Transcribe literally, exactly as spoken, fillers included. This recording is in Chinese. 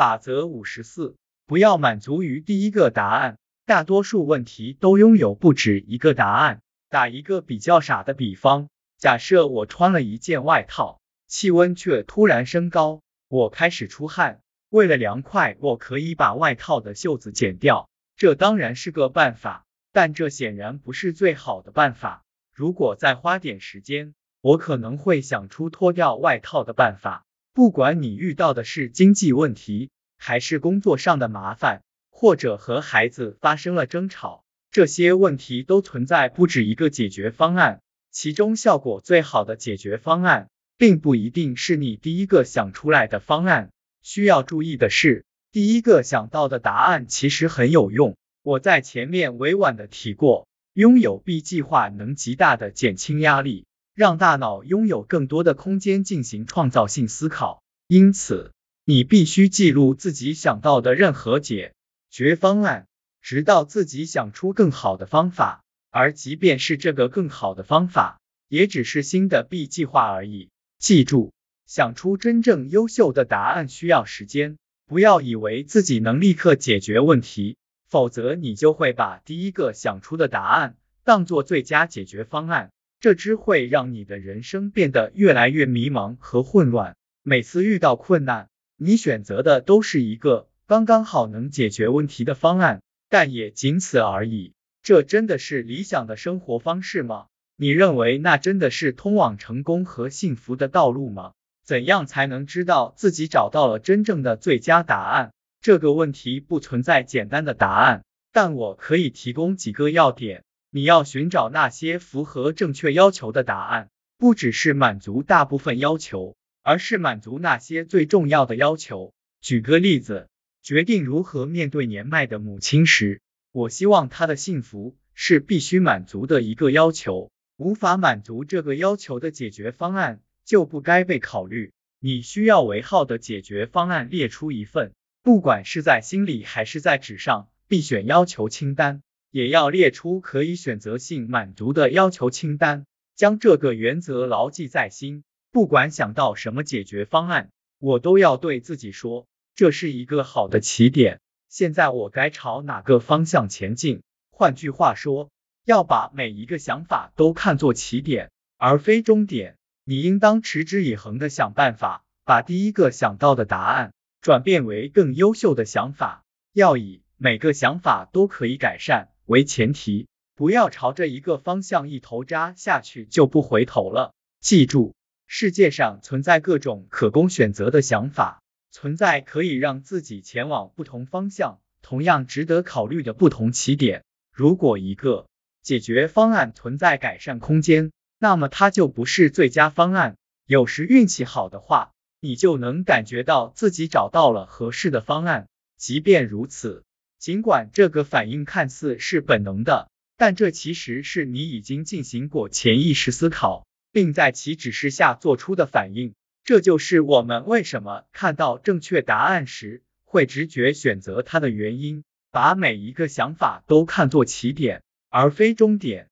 法则五十四，不要满足于第一个答案。大多数问题都拥有不止一个答案。打一个比较傻的比方，假设我穿了一件外套，气温却突然升高，我开始出汗。为了凉快，我可以把外套的袖子剪掉，这当然是个办法，但这显然不是最好的办法。如果再花点时间，我可能会想出脱掉外套的办法。不管你遇到的是经济问题，还是工作上的麻烦，或者和孩子发生了争吵，这些问题都存在不止一个解决方案。其中效果最好的解决方案，并不一定是你第一个想出来的方案。需要注意的是，第一个想到的答案其实很有用。我在前面委婉的提过，拥有 B 计划能极大的减轻压力，让大脑拥有更多的空间进行创造性思考。因此，你必须记录自己想到的任何解决方案，直到自己想出更好的方法，而即便是这个更好的方法，也只是新的 B 计划而已。记住，想出真正优秀的答案需要时间，不要以为自己能立刻解决问题，否则你就会把第一个想出的答案当作最佳解决方案，这只会让你的人生变得越来越迷茫和混乱。每次遇到困难，你选择的都是一个刚刚好能解决问题的方案，但也仅此而已。这真的是理想的生活方式吗？你认为那真的是通往成功和幸福的道路吗？怎样才能知道自己找到了真正的最佳答案？这个问题不存在简单的答案，但我可以提供几个要点。你要寻找那些符合正确要求的答案，不只是满足大部分要求，而是满足那些最重要的要求。举个例子，决定如何面对年迈的母亲时，我希望她的幸福是必须满足的一个要求，无法满足这个要求的解决方案就不该被考虑。你需要为好的解决方案列出一份，不管是在心里还是在纸上，必选要求清单，也要列出可以选择性满足的要求清单。将这个原则牢记在心，不管想到什么解决方案，我都要对自己说，这是一个好的起点，现在我该朝哪个方向前进。换句话说，要把每一个想法都看作起点，而非终点。你应当持之以恒的想办法，把第一个想到的答案转变为更优秀的想法，要以每个想法都可以改善为前提，不要朝着一个方向一头扎下去就不回头了。记住，世界上存在各种可供选择的想法，存在可以让自己前往不同方向，同样值得考虑的不同起点。如果一个解决方案存在改善空间，那么它就不是最佳方案。有时运气好的话，你就能感觉到自己找到了合适的方案。即便如此，尽管这个反应看似是本能的，但这其实是你已经进行过潜意识思考，并在其指示下做出的反应。这就是我们为什么看到正确答案时会直觉选择它的原因。把每一个想法都看作起点，而非终点。